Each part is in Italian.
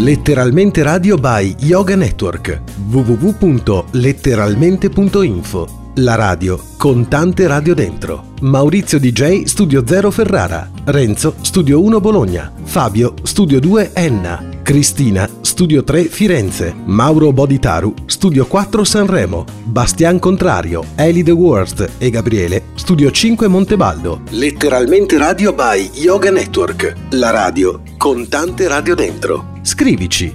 Letteralmente Radio by Yoga Network. www.letteralmente.info. La radio con tante radio dentro. Maurizio DJ Studio 0 Ferrara, Renzo Studio 1 Bologna, Fabio Studio 2 Enna, Cristina Studio 3 Firenze, Mauro Boditaru Studio 4 Sanremo, Bastian Contrario, Eli The Worst e Gabriele Studio 5 Montebaldo. Letteralmente Radio by Yoga Network. La radio con tante radio dentro. Scrivici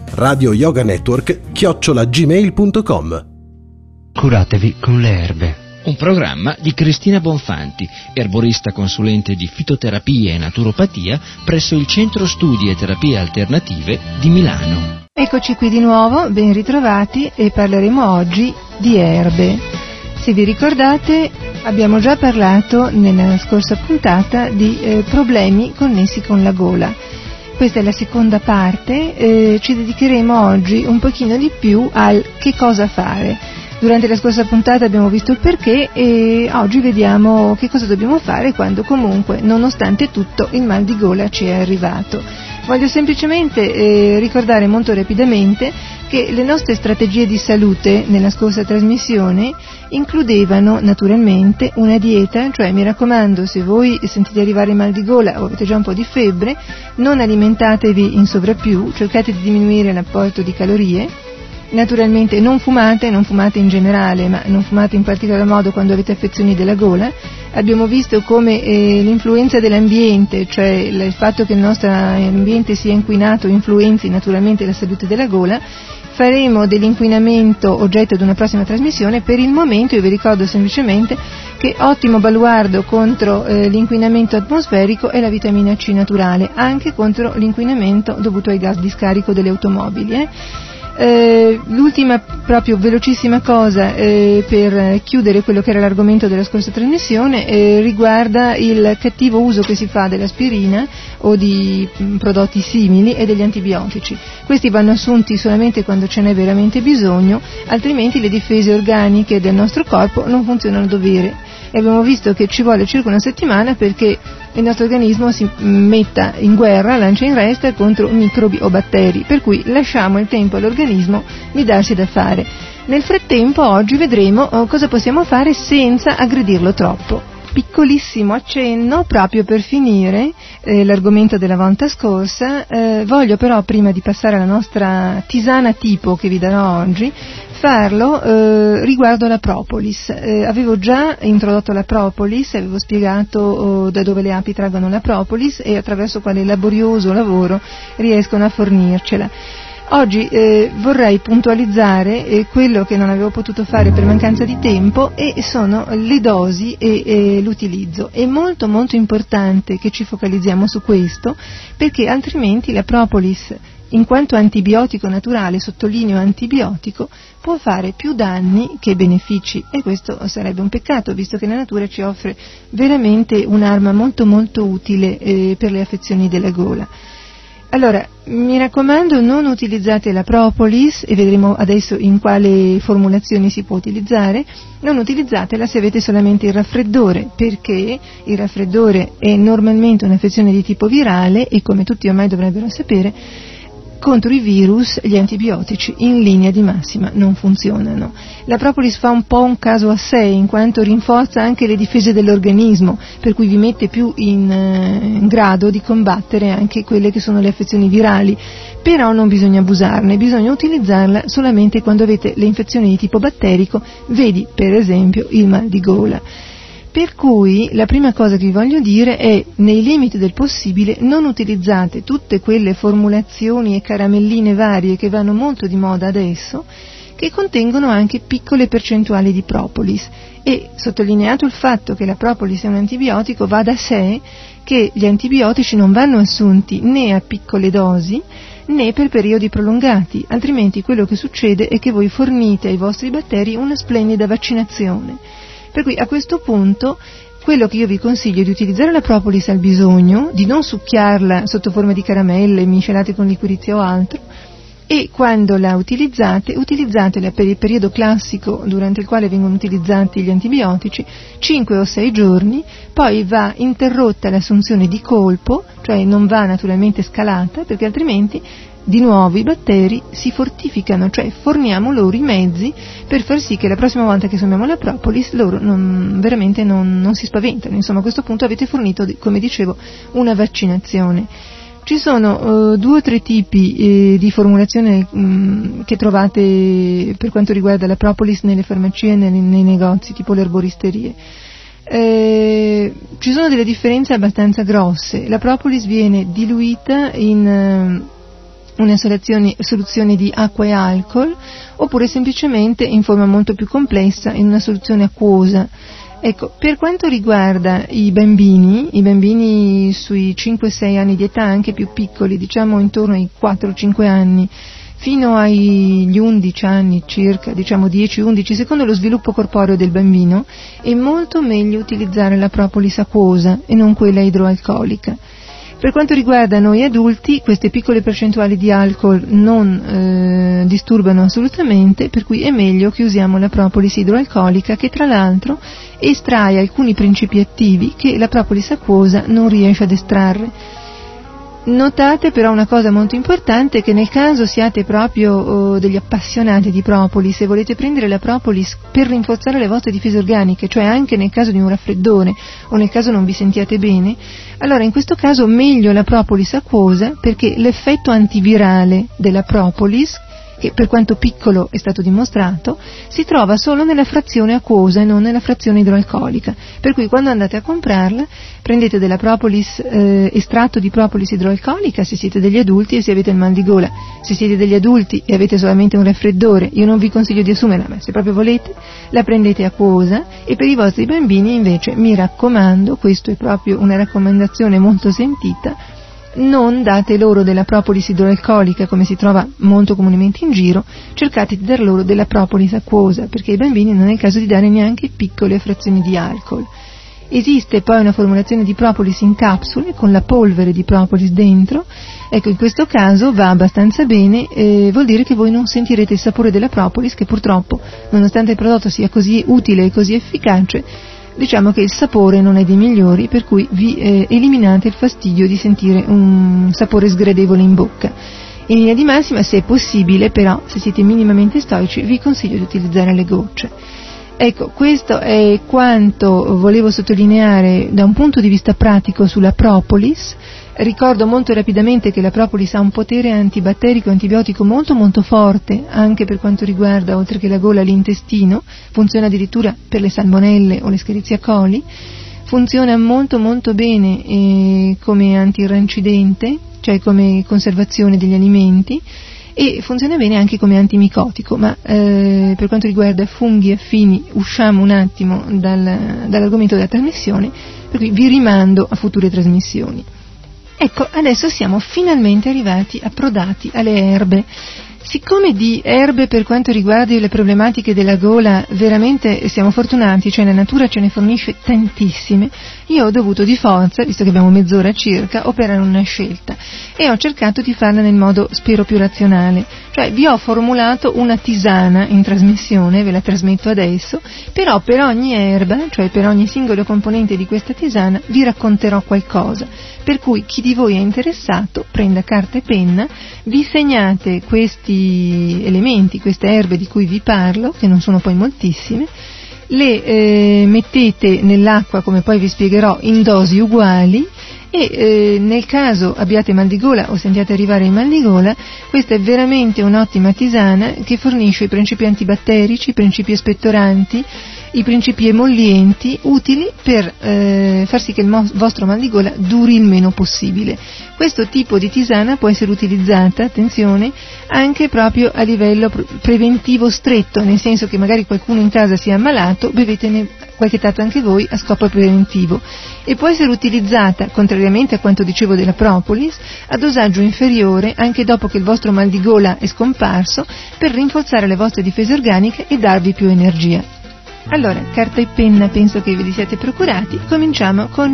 radioyoganetwork@gmail.com. Curatevi con le erbe. Un programma di Cristina Bonfanti, erborista consulente di fitoterapia e naturopatia presso il Centro Studi e Terapie Alternative di Milano. Eccoci qui di nuovo, ben ritrovati, e parleremo oggi di erbe. Se vi ricordate, abbiamo già parlato nella scorsa puntata di problemi connessi con la gola. Questa è la seconda parte, ci dedicheremo oggi un pochino di più al che cosa fare. Durante la scorsa puntata abbiamo visto il perché e oggi vediamo che cosa dobbiamo fare quando comunque, nonostante tutto, il mal di gola ci è arrivato. Voglio semplicemente ricordare molto rapidamente che le nostre strategie di salute nella scorsa trasmissione includevano naturalmente una dieta, cioè mi raccomando, se voi sentite arrivare il mal di gola o avete già un po' di febbre, non alimentatevi in sovrappiù, cercate di diminuire l'apporto di calorie. Naturalmente non fumate in generale, ma non fumate in particolar modo quando avete affezioni della gola. Abbiamo visto come l'influenza dell'ambiente, cioè il fatto che il nostro ambiente sia inquinato, influenzi naturalmente la salute della gola. Faremo dell'inquinamento oggetto di una prossima trasmissione. Per il momento io vi ricordo semplicemente che ottimo baluardo contro l'inquinamento atmosferico è la vitamina C naturale, anche contro l'inquinamento dovuto ai gas di scarico delle automobili. L'ultima proprio velocissima cosa per chiudere quello che era l'argomento della scorsa trasmissione riguarda il cattivo uso che si fa dell'aspirina o di prodotti simili e degli antibiotici. Questi vanno assunti solamente quando ce n'è veramente bisogno, altrimenti le difese organiche del nostro corpo non funzionano a dovere. E abbiamo visto che ci vuole circa una settimana perché il nostro organismo si metta in guerra, lancia in resta contro microbi o batteri, per cui lasciamo il tempo all'organismo di darsi da fare. Nel frattempo oggi vedremo cosa possiamo fare senza aggredirlo troppo. Piccolissimo accenno proprio per finire l'argomento della volta scorsa, voglio però prima di passare alla nostra tisana tipo che vi darò oggi, farlo riguardo la propolis. Avevo già introdotto la propolis, avevo spiegato da dove le api traggono la propolis e attraverso quale laborioso lavoro riescono a fornircela. Oggi vorrei puntualizzare quello che non avevo potuto fare per mancanza di tempo, e sono le dosi e l'utilizzo. È molto molto importante che ci focalizziamo su questo, perché altrimenti la propolis, in quanto antibiotico naturale, sottolineo antibiotico, può fare più danni che benefici, e questo sarebbe un peccato, visto che la natura ci offre veramente un'arma molto molto utile per le affezioni della gola. Allora, mi raccomando, non utilizzate la propolis, e vedremo adesso in quale formulazioni si può utilizzare. Non utilizzatela se avete solamente il raffreddore, perché il raffreddore è normalmente un'affezione di tipo virale e, come tutti ormai dovrebbero sapere, contro i virus gli antibiotici in linea di massima non funzionano. La propolis fa un po' un caso a sé, in quanto rinforza anche le difese dell'organismo, per cui vi mette più in grado di combattere anche quelle che sono le affezioni virali. Però non bisogna abusarne, bisogna utilizzarla solamente quando avete le infezioni di tipo batterico, vedi per esempio il mal di gola. Per cui la prima cosa che vi voglio dire è, nei limiti del possibile, non utilizzate tutte quelle formulazioni e caramelline varie che vanno molto di moda adesso, che contengono anche piccole percentuali di propolis. E, sottolineato il fatto che la propolis è un antibiotico, va da sé che gli antibiotici non vanno assunti né a piccole dosi né per periodi prolungati, altrimenti quello che succede è che voi fornite ai vostri batteri una splendida vaccinazione. Per cui a questo punto quello che io vi consiglio è di utilizzare la propolis al bisogno, di non succhiarla sotto forma di caramelle miscelate con liquirizia o altro, e quando la utilizzatela per il periodo classico durante il quale vengono utilizzati gli antibiotici, 5 o 6 giorni, poi va interrotta l'assunzione di colpo, cioè non va naturalmente scalata, perché altrimenti di nuovo i batteri si fortificano, cioè forniamo loro i mezzi per far sì che la prossima volta che sommiamo la propolis loro veramente non si spaventano. Insomma, a questo punto avete fornito, come dicevo, una vaccinazione. Ci sono 2 o 3 tipi di formulazione che trovate per quanto riguarda la propolis nelle farmacie e nei negozi, tipo le erboristerie. Ci sono delle differenze abbastanza grosse. La propolis viene diluita in una soluzione di acqua e alcol, oppure semplicemente in forma molto più complessa in una soluzione acquosa. Ecco, per quanto riguarda i bambini sui 5-6 anni di età, anche più piccoli, diciamo intorno ai 4-5 anni, fino agli 11 anni circa, diciamo 10-11, secondo lo sviluppo corporeo del bambino, è molto meglio utilizzare la propolis acquosa e non quella idroalcolica. Per quanto riguarda noi adulti, queste piccole percentuali di alcol non disturbano assolutamente, per cui è meglio che usiamo la propolis idroalcolica, che tra l'altro estrae alcuni principi attivi che la propolis acquosa non riesce ad estrarre. Notate però una cosa molto importante, che nel caso siate proprio degli appassionati di propolis e volete prendere la propolis per rinforzare le vostre difese organiche, cioè anche nel caso di un raffreddore o nel caso non vi sentiate bene, allora in questo caso meglio la propolis acquosa, perché l'effetto antivirale della propolis, che per quanto piccolo è stato dimostrato, si trova solo nella frazione acquosa e non nella frazione idroalcolica, per cui quando andate a comprarla prendete della propolis, estratto di propolis idroalcolica se siete degli adulti e se avete il mal di gola. Se siete degli adulti e avete solamente un raffreddore, io non vi consiglio di assumerla, ma se proprio volete la prendete acquosa. E per i vostri bambini invece, mi raccomando, questo è proprio una raccomandazione molto sentita, non date loro della propolis idroalcolica come si trova molto comunemente in giro, cercate di dar loro della propolis acquosa, perché ai bambini non è il caso di dare neanche piccole frazioni di alcol. Esiste poi una formulazione di propolis in capsule con la polvere di propolis dentro. Ecco, in questo caso va abbastanza bene, vuol dire che voi non sentirete il sapore della propolis, che purtroppo, nonostante il prodotto sia così utile e così efficace, diciamo che il sapore non è dei migliori, per cui vi eliminate il fastidio di sentire un sapore sgradevole in bocca. In linea di massima, se è possibile, però, se siete minimamente stoici, vi consiglio di utilizzare le gocce. Ecco, questo è quanto volevo sottolineare da un punto di vista pratico sulla propolis. Ricordo molto rapidamente che la propolis ha un potere antibatterico e antibiotico molto molto forte, anche per quanto riguarda, oltre che la gola, l'intestino. Funziona addirittura per le salmonelle o le Escherichia coli. Funziona molto molto bene come antirrancidente, cioè come conservazione degli alimenti, e funziona bene anche come antimicotico, ma per quanto riguarda funghi affini usciamo un attimo dall'argomento della trasmissione, per cui vi rimando a future trasmissioni. Ecco, adesso siamo finalmente approdati alle erbe. Siccome di erbe per quanto riguarda le problematiche della gola veramente siamo fortunati, cioè la natura ce ne fornisce tantissime, io ho dovuto di forza, visto che abbiamo mezz'ora circa, operare una scelta e ho cercato di farla nel modo, spero, più razionale. Cioè vi ho formulato una tisana in trasmissione, ve la trasmetto adesso, però per ogni erba, cioè per ogni singolo componente di questa tisana, vi racconterò qualcosa. Per cui chi di voi è interessato prenda carta e penna, vi segnate questi elementi, queste erbe di cui vi parlo, che non sono poi moltissime, le mettete nell'acqua, come poi vi spiegherò, in dosi uguali, e nel caso abbiate mal di gola o sentiate arrivare il mal di gola, questa è veramente un'ottima tisana che fornisce i principi antibatterici, i principi espettoranti, i principi emollienti utili per far sì che il vostro mal di gola duri il meno possibile. Questo tipo di tisana può essere utilizzata, attenzione, anche proprio a livello preventivo stretto, nel senso che magari qualcuno in casa si è ammalato, bevetene qualche tanto anche voi a scopo preventivo, e può essere utilizzata, contrariamente a quanto dicevo della propolis, a dosaggio inferiore anche dopo che il vostro mal di gola è scomparso, per rinforzare le vostre difese organiche e darvi più energia. Allora, carta e penna penso che ve li siate procurati. Cominciamo con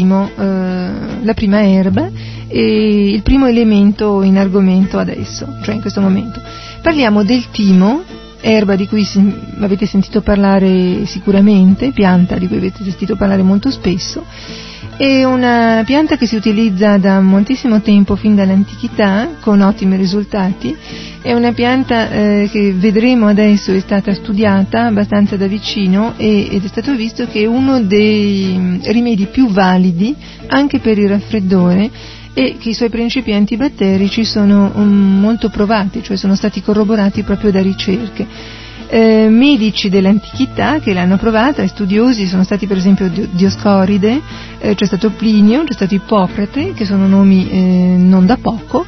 la prima erba e il primo elemento in argomento adesso, cioè in questo momento. Parliamo del timo, erba di cui avete sentito parlare sicuramente, pianta di cui avete sentito parlare molto spesso, È una pianta che si utilizza da moltissimo tempo, fin dall'antichità, con ottimi risultati. È una pianta che vedremo adesso è stata studiata abbastanza da vicino ed è stato visto che è uno dei rimedi più validi anche per il raffreddore, e che i suoi principi antibatterici sono molto provati, cioè sono stati corroborati proprio da ricerche. Medici dell'antichità che l'hanno provata, e studiosi sono stati per esempio Dioscoride, c'è stato Plinio, c'è stato Ippocrate, che sono nomi non da poco,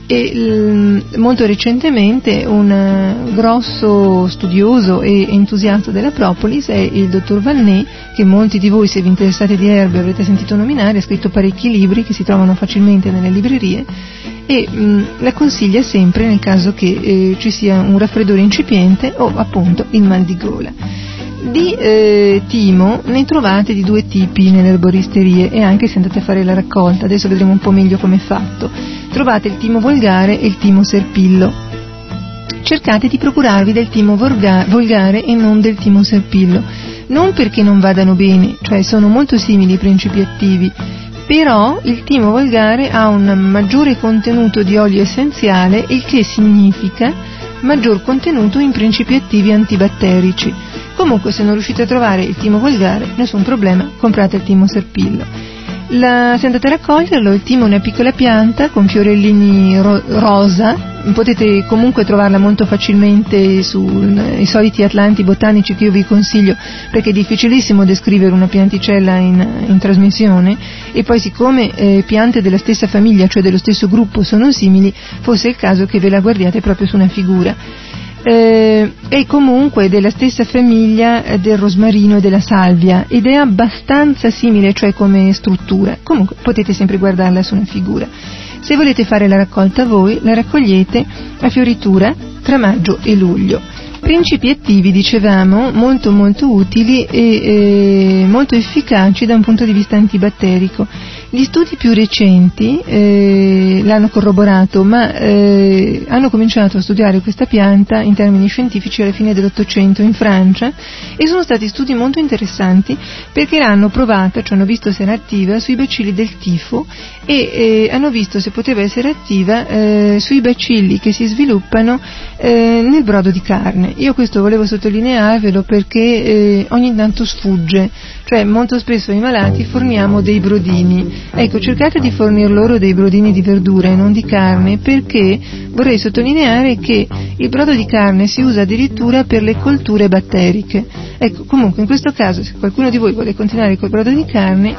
e molto recentemente un grosso studioso e entusiasta della propolis è il dottor Valnet, che molti di voi, se vi interessate di erbe, avrete sentito nominare. Ha scritto parecchi libri che si trovano facilmente nelle librerie e la consiglia sempre nel caso che ci sia un raffreddore incipiente o appunto il mal di gola. Di timo ne trovate di due tipi nelle erboristerie, e anche se andate a fare la raccolta, adesso vedremo un po' meglio come è fatto. Trovate il timo volgare e il timo serpillo. Cercate di procurarvi del timo volgare e non del timo serpillo, non perché non vadano bene, cioè sono molto simili i principi attivi, però il timo volgare ha un maggiore contenuto di olio essenziale, il che significa maggior contenuto in principi attivi antibatterici. Comunque, se non riuscite a trovare il timo volgare, nessun problema, comprate il timo serpillo. Se andate a raccoglierlo, il timo è una piccola pianta con fiorellini rosa, potete comunque trovarla molto facilmente sui soliti atlanti botanici che io vi consiglio, perché è difficilissimo descrivere una pianticella in trasmissione, e poi siccome piante della stessa famiglia, cioè dello stesso gruppo, sono simili, fosse il caso che ve la guardiate proprio su una figura. È comunque della stessa famiglia del rosmarino e della salvia, ed è abbastanza simile, cioè come struttura. Comunque potete sempre guardarla su una figura. Se volete fare la raccolta voi, la raccogliete a fioritura tra maggio e luglio. Principi attivi, dicevamo, molto molto utili e molto efficaci da un punto di vista antibatterico. Gli studi più recenti l'hanno corroborato, ma hanno cominciato a studiare questa pianta in termini scientifici alla fine dell'Ottocento in Francia, e sono stati studi molto interessanti perché l'hanno provata, cioè hanno visto se era attiva sui bacilli del tifo e hanno visto se poteva essere attiva sui bacilli che si sviluppano nel brodo di carne. Io questo volevo sottolinearvelo perché ogni tanto sfugge, cioè molto spesso ai malati forniamo dei brodini. Ecco, cercate di fornir loro dei brodini di verdura e non di carne, perché vorrei sottolineare che il brodo di carne si usa addirittura per le colture batteriche. Ecco, comunque in questo caso, se qualcuno di voi vuole continuare col brodo di carne,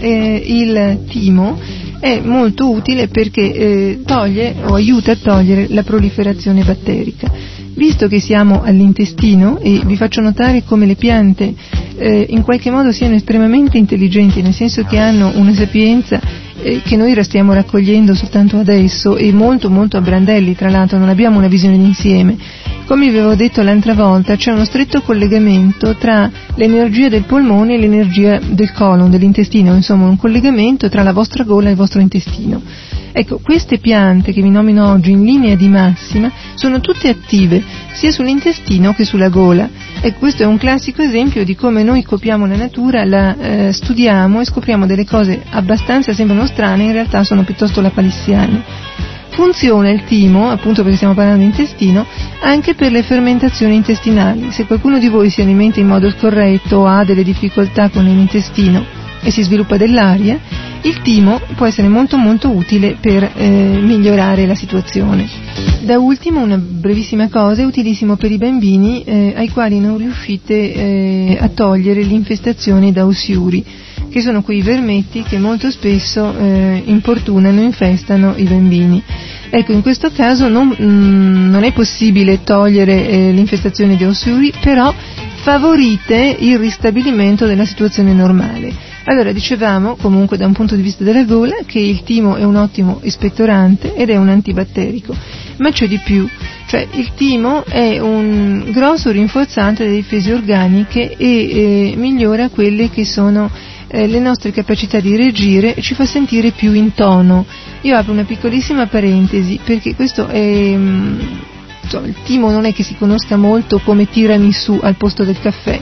il timo è molto utile perché toglie o aiuta a togliere la proliferazione batterica. Visto che siamo all'intestino, e vi faccio notare come le piante in qualche modo siano estremamente intelligenti, nel senso che hanno una sapienza che noi la stiamo raccogliendo soltanto adesso, e molto molto a brandelli, tra l'altro non abbiamo una visione d'insieme. Come vi avevo detto l'altra volta, c'è uno stretto collegamento tra l'energia del polmone e l'energia del colon, dell'intestino, insomma un collegamento tra la vostra gola e il vostro intestino. Ecco, queste piante che vi nomino oggi in linea di massima sono tutte attive sia sull'intestino che sulla gola. E questo è un classico esempio di come noi copiamo la natura, la studiamo e scopriamo delle cose abbastanza sembrano strane, in realtà sono piuttosto lapalissiane. Funziona il timo, appunto perché stiamo parlando di intestino, anche per le fermentazioni intestinali. Se qualcuno di voi si alimenta in modo scorretto o ha delle difficoltà con l'intestino e si sviluppa dell'aria, il timo può essere molto molto utile per migliorare la situazione. Da ultimo una brevissima cosa, è utilissimo per i bambini ai quali non riuscite a togliere l'infestazione da ossiuri, che sono quei vermetti che molto spesso importunano e infestano i bambini. Ecco, in questo caso non è possibile togliere l'infestazione di ossiuri, però favorite il ristabilimento della situazione normale. Allora, dicevamo, comunque da un punto di vista della gola, che il timo è un ottimo espettorante ed è un antibatterico, ma c'è di più, cioè il timo è un grosso rinforzante delle difese organiche e migliora quelle che sono le nostre capacità di reagire e ci fa sentire più in tono. Io apro una piccolissima parentesi, perché questo è... il timo non è che si conosca molto come tiramisù al posto del caffè,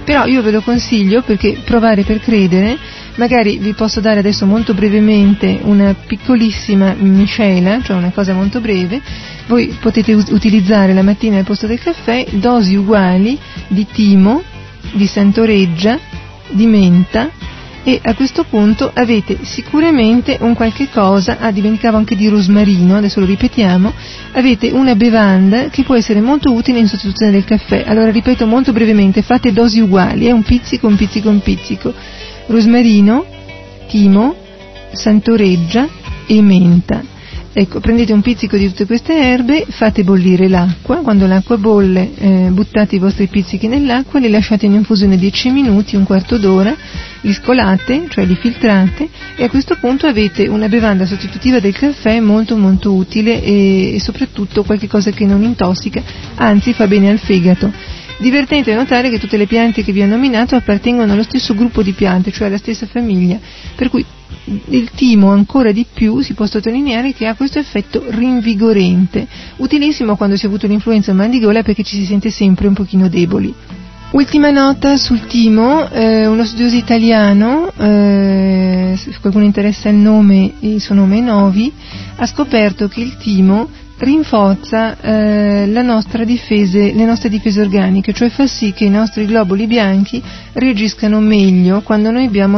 Però io ve lo consiglio perché provare per credere. Magari vi posso dare adesso molto brevemente una piccolissima miscela, cioè una cosa molto breve. Voi potete utilizzare la mattina al posto del caffè dosi uguali di timo, di santoreggia, di menta, e a questo punto avete sicuramente un qualche cosa, dimenticavo anche di rosmarino, adesso lo ripetiamo, avete una bevanda che può essere molto utile in sostituzione del caffè. Allora ripeto molto brevemente, fate dosi uguali, un pizzico, un pizzico, un pizzico, rosmarino, timo, santoreggia e menta. Ecco, prendete un pizzico di tutte queste erbe, fate bollire l'acqua, quando l'acqua bolle buttate i vostri pizzichi nell'acqua, li lasciate in infusione 10 minuti, un quarto d'ora, li scolate, cioè li filtrate, e a questo punto avete una bevanda sostitutiva del caffè molto molto utile e soprattutto qualche cosa che non intossica, anzi fa bene al fegato. Divertente notare che tutte le piante che vi ho nominato appartengono allo stesso gruppo di piante, cioè alla stessa famiglia, per cui il timo ancora di più si può sottolineare che ha questo effetto rinvigorente, utilissimo quando si è avuto l'influenza o il mal di gola perché ci si sente sempre un pochino deboli. Ultima nota sul timo, uno studioso italiano, se qualcuno interessa il nome, il suo nome è Novi, ha scoperto che il timo rinforza le nostre difese organiche, cioè fa sì che i nostri globuli bianchi reagiscano meglio quando noi abbiamo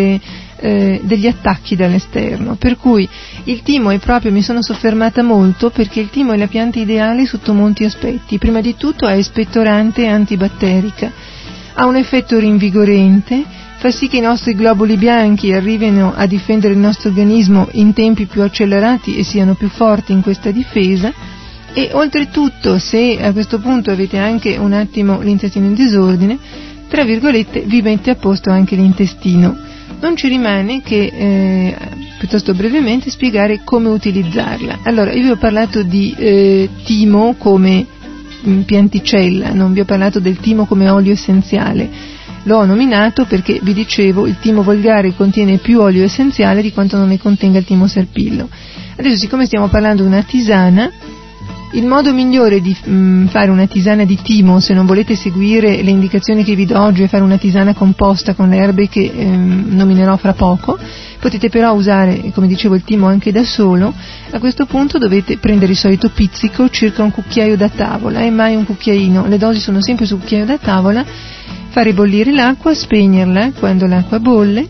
degli attacchi dall'esterno, per cui il timo è proprio, mi sono soffermata molto perché il timo è la pianta ideale sotto molti aspetti. Prima di tutto è espettorante e antibatterica, ha un effetto rinvigorente, fa sì che i nostri globuli bianchi arrivino a difendere il nostro organismo in tempi più accelerati e siano più forti in questa difesa, e oltretutto, se a questo punto avete anche un attimo l'intestino in disordine, tra virgolette vi mette a posto anche l'intestino. Non ci rimane che piuttosto brevemente spiegare come utilizzarla. Allora, io vi ho parlato di timo come pianticella, non vi ho parlato del timo come olio essenziale. L'ho nominato perché, vi dicevo, il timo volgare contiene più olio essenziale di quanto non ne contenga il timo serpillo. Adesso, siccome stiamo parlando di una tisana, il modo migliore di fare una tisana di timo, se non volete seguire le indicazioni che vi do oggi, è fare una tisana composta con le erbe che nominerò fra poco. Potete però usare, come dicevo, il timo anche da solo. A questo punto dovete prendere il solito pizzico, circa un cucchiaio da tavola, e mai un cucchiaino, le dosi sono sempre sul cucchiaio da tavola, fare bollire l'acqua, spegnerla quando l'acqua bolle,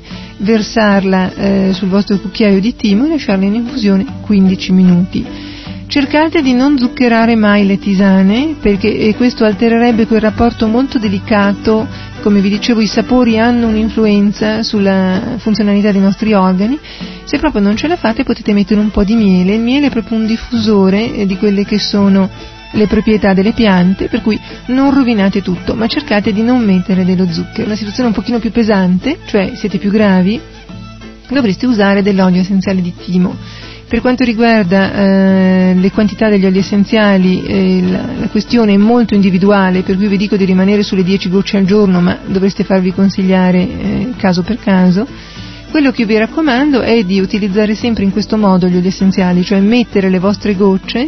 versarla sul vostro cucchiaio di timo e lasciarla in infusione 15 minuti. Cercate di non zuccherare mai le tisane, perché questo altererebbe quel rapporto molto delicato. Come vi dicevo, i sapori hanno un'influenza sulla funzionalità dei nostri organi. Se proprio non ce la fate, potete mettere un po' di miele. Il miele è proprio un diffusore di quelle che sono le proprietà delle piante, per cui non rovinate tutto, ma cercate di non mettere dello zucchero. Una situazione un pochino più pesante, cioè siete più gravi, dovreste usare dell'olio essenziale di timo. Per quanto riguarda le quantità degli oli essenziali, la questione è molto individuale, per cui vi dico di rimanere sulle 10 gocce al giorno, ma dovreste farvi consigliare caso per caso. Quello che io vi raccomando è di utilizzare sempre in questo modo gli oli essenziali, cioè mettere le vostre gocce,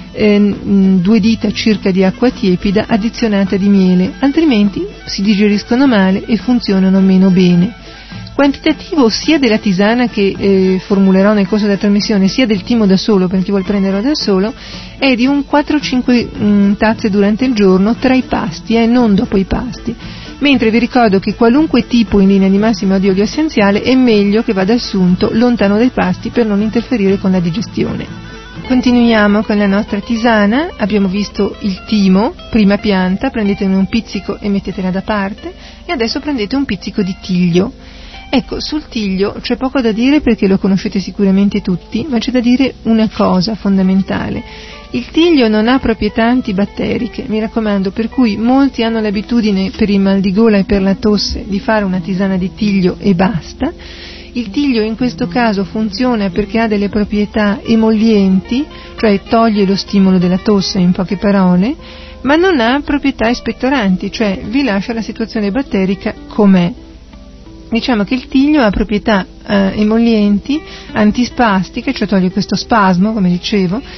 2 dita circa di acqua tiepida addizionata di miele, altrimenti si digeriscono male e funzionano meno bene. Quantitativo sia della tisana che formulerò nel corso della trasmissione, sia del timo da solo, per chi vuol prenderlo da solo, è di un 4-5 tazze durante il giorno tra i pasti, non dopo i pasti. Mentre vi ricordo che qualunque tipo in linea di massima di olio essenziale è meglio che vada assunto lontano dai pasti per non interferire con la digestione. Continuiamo con la nostra tisana. Abbiamo visto il timo, prima pianta, prendetene un pizzico e mettetela da parte, e adesso prendete un pizzico di tiglio. Ecco, sul tiglio c'è poco da dire perché lo conoscete sicuramente tutti, ma c'è da dire una cosa fondamentale. Il tiglio non ha proprietà antibatteriche, mi raccomando, per cui molti hanno l'abitudine per il mal di gola e per la tosse di fare una tisana di tiglio e basta. Il tiglio in questo caso funziona perché ha delle proprietà emollienti, cioè toglie lo stimolo della tosse, in poche parole, ma non ha proprietà espettoranti, cioè vi lascia la situazione batterica com'è. Diciamo che il tiglio ha proprietà emollienti, antispastiche, cioè toglie questo spasmo, come dicevo,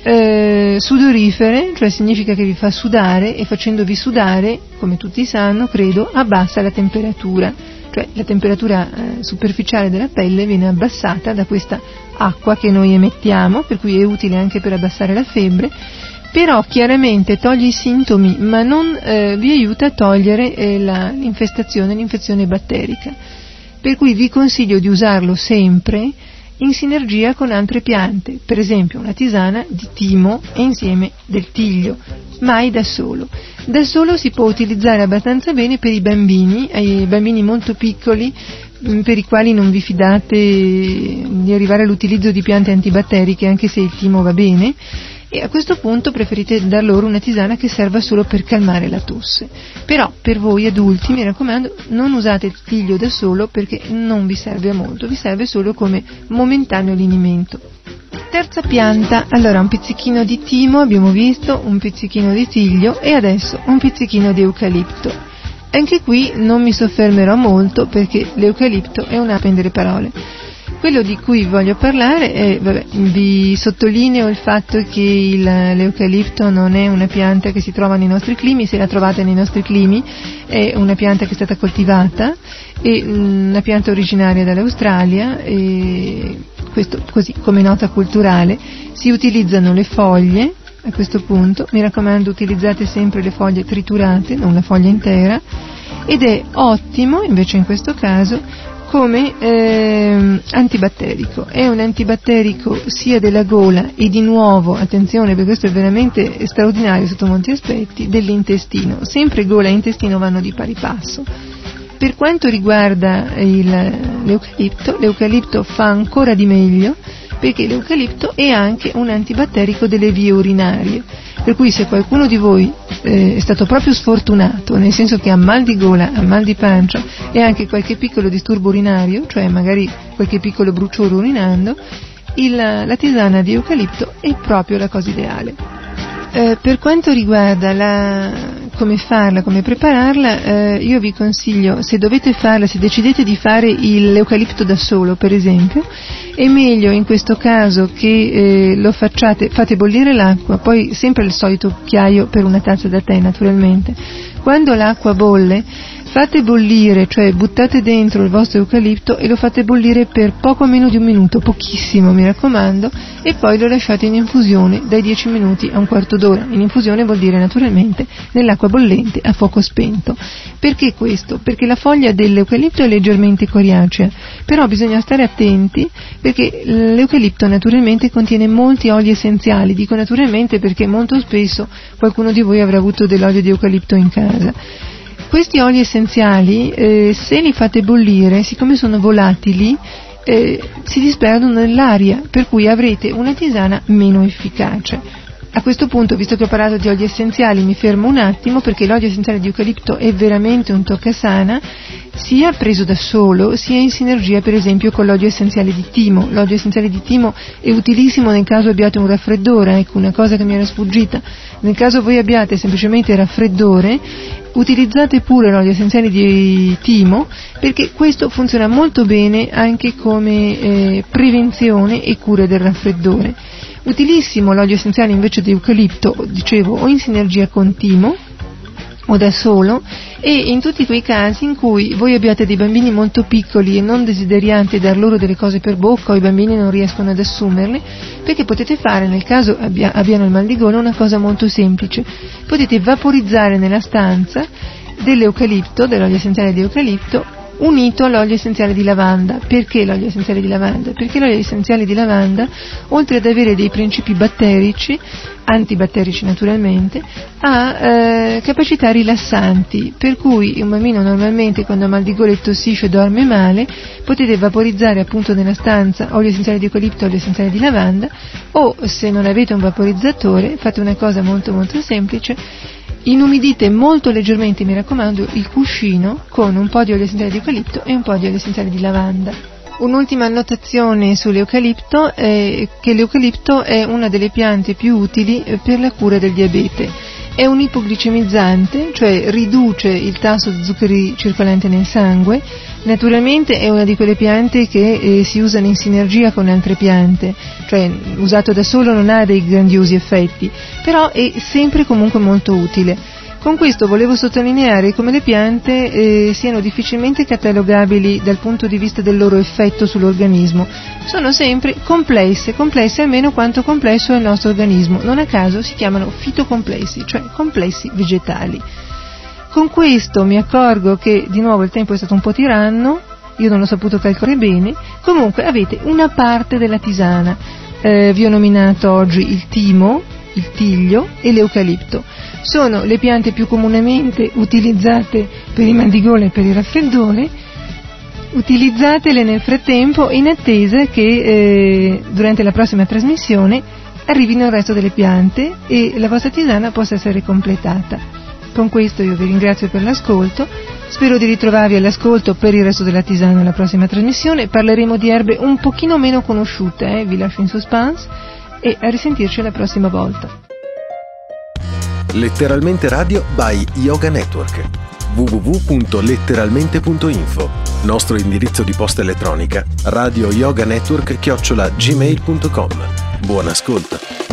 sudorifere, cioè significa che vi fa sudare, e facendovi sudare, come tutti sanno, credo, abbassa la temperatura, cioè la temperatura superficiale della pelle viene abbassata da questa acqua che noi emettiamo, per cui è utile anche per abbassare la febbre, però chiaramente toglie i sintomi, ma non vi aiuta a togliere l'infezione batterica, per cui vi consiglio di usarlo sempre in sinergia con altre piante, per esempio una tisana di timo e insieme del tiglio, mai da solo. Da solo si può utilizzare abbastanza bene per i bambini molto piccoli, per i quali non vi fidate di arrivare all'utilizzo di piante antibatteriche, anche se il timo va bene, e a questo punto preferite dar loro una tisana che serva solo per calmare la tosse. Però per voi adulti, mi raccomando, non usate il tiglio da solo, perché non vi serve a molto, vi serve solo come momentaneo lenimento. Terza pianta, allora un pizzichino di timo abbiamo visto, un pizzichino di tiglio e adesso un pizzichino di eucalipto. Anche qui non mi soffermerò molto, perché l'eucalipto è un ape delle parole. Quello di cui voglio parlare è, vi sottolineo il fatto che l'eucalipto non è una pianta che si trova nei nostri climi. Se la trovate nei nostri climi è una pianta che è stata coltivata, è una pianta originaria dall'Australia, e questo così come nota culturale. Si utilizzano le foglie, a questo punto mi raccomando utilizzate sempre le foglie triturate, non la foglia intera, ed è ottimo invece in questo caso come antibatterico. È un antibatterico sia della gola e, di nuovo, attenzione, perché questo è veramente straordinario sotto molti aspetti, dell'intestino. Sempre gola e intestino vanno di pari passo. Per quanto riguarda l'eucalipto fa ancora di meglio, perché l'eucalipto è anche un antibatterico delle vie urinarie, per cui se qualcuno di voi è stato proprio sfortunato, nel senso che ha mal di gola, ha mal di pancia e anche qualche piccolo disturbo urinario, cioè magari qualche piccolo bruciore urinando, la tisana di eucalipto è proprio la cosa ideale. Per quanto riguarda come farla, come prepararla, io vi consiglio, se dovete farla, se decidete di fare l'eucalipto da solo per esempio, è meglio in questo caso che fate bollire l'acqua, poi sempre il solito cucchiaio per una tazza da tè naturalmente. Quando l'acqua bolle, fate bollire, cioè buttate dentro il vostro eucalipto e lo fate bollire per poco meno di un minuto, pochissimo mi raccomando, e poi lo lasciate in infusione dai 10 minuti a un quarto d'ora. In infusione vuol dire naturalmente nell'acqua bollente a fuoco spento. Perché questo? Perché la foglia dell'eucalipto è leggermente coriacea, però bisogna stare attenti perché l'eucalipto naturalmente contiene molti oli essenziali. Dico naturalmente perché molto spesso qualcuno di voi avrà avuto dell'olio di eucalipto in casa. Questi oli essenziali, se li fate bollire, siccome sono volatili, si disperdono nell'aria, per cui avrete una tisana meno efficace. A questo punto, visto che ho parlato di oli essenziali, mi fermo un attimo, perché l'olio essenziale di eucalipto è veramente un toccasana, sia preso da solo, sia in sinergia per esempio con l'olio essenziale di timo. L'olio essenziale di timo è utilissimo nel caso abbiate un raffreddore, ecco una cosa che mi era sfuggita. Nel caso voi abbiate semplicemente raffreddore, utilizzate pure l'olio essenziale di timo, perché questo funziona molto bene anche come prevenzione e cura del raffreddore. Utilissimo l'olio essenziale invece di eucalipto, dicevo, o in sinergia con timo o da solo, e in tutti quei casi in cui voi abbiate dei bambini molto piccoli e non desideriate dar loro delle cose per bocca, o i bambini non riescono ad assumerle, perché potete fare, nel caso abbiano il mal di gola, una cosa molto semplice: potete vaporizzare nella stanza dell'olio essenziale di eucalipto unito all'olio essenziale di lavanda. Perché l'olio essenziale di lavanda? Perché l'olio essenziale di lavanda, oltre ad avere dei principi batterici, antibatterici naturalmente, ha capacità rilassanti, per cui un bambino normalmente quando ha mal di gola e tossisce dorme male, potete vaporizzare appunto nella stanza olio essenziale di eucalipto e olio essenziale di lavanda, o se non avete un vaporizzatore fate una cosa molto molto semplice: inumidite molto leggermente, mi raccomando, il cuscino con un po' di olio essenziale di eucalipto e un po' di olio essenziale di lavanda. Un'ultima annotazione sull'eucalipto è che l'eucalipto è una delle piante più utili per la cura del diabete. È un ipoglicemizzante, cioè riduce il tasso di zuccheri circolante nel sangue, Naturalmente è una di quelle piante che si usano in sinergia con altre piante, cioè usato da solo non ha dei grandiosi effetti, però è sempre comunque molto utile. Con questo volevo sottolineare come le piante siano difficilmente catalogabili dal punto di vista del loro effetto sull'organismo. Sono sempre complesse almeno quanto complesso è il nostro organismo. Non a caso si chiamano fitocomplessi, cioè complessi vegetali. Con questo mi accorgo che di nuovo il tempo è stato un po' tiranno, io non ho saputo calcolare bene. Comunque avete una parte della tisana. Vi ho nominato oggi il timo, il tiglio e l'eucalipto. Sono le piante più comunemente utilizzate per i mal di gola e per il raffreddore. Utilizzatele nel frattempo in attesa che durante la prossima trasmissione arrivino il resto delle piante e la vostra tisana possa essere completata. Con questo io vi ringrazio per l'ascolto, spero di ritrovarvi all'ascolto per il resto della tisana alla prossima trasmissione. Parleremo di erbe un pochino meno conosciute, vi lascio in suspense, e a risentirci la prossima volta. Letteralmente Radio by Yoga Network. www.letteralmente.info. Nostro indirizzo di posta elettronica radioyoganetwork@gmail.com. Buon ascolto.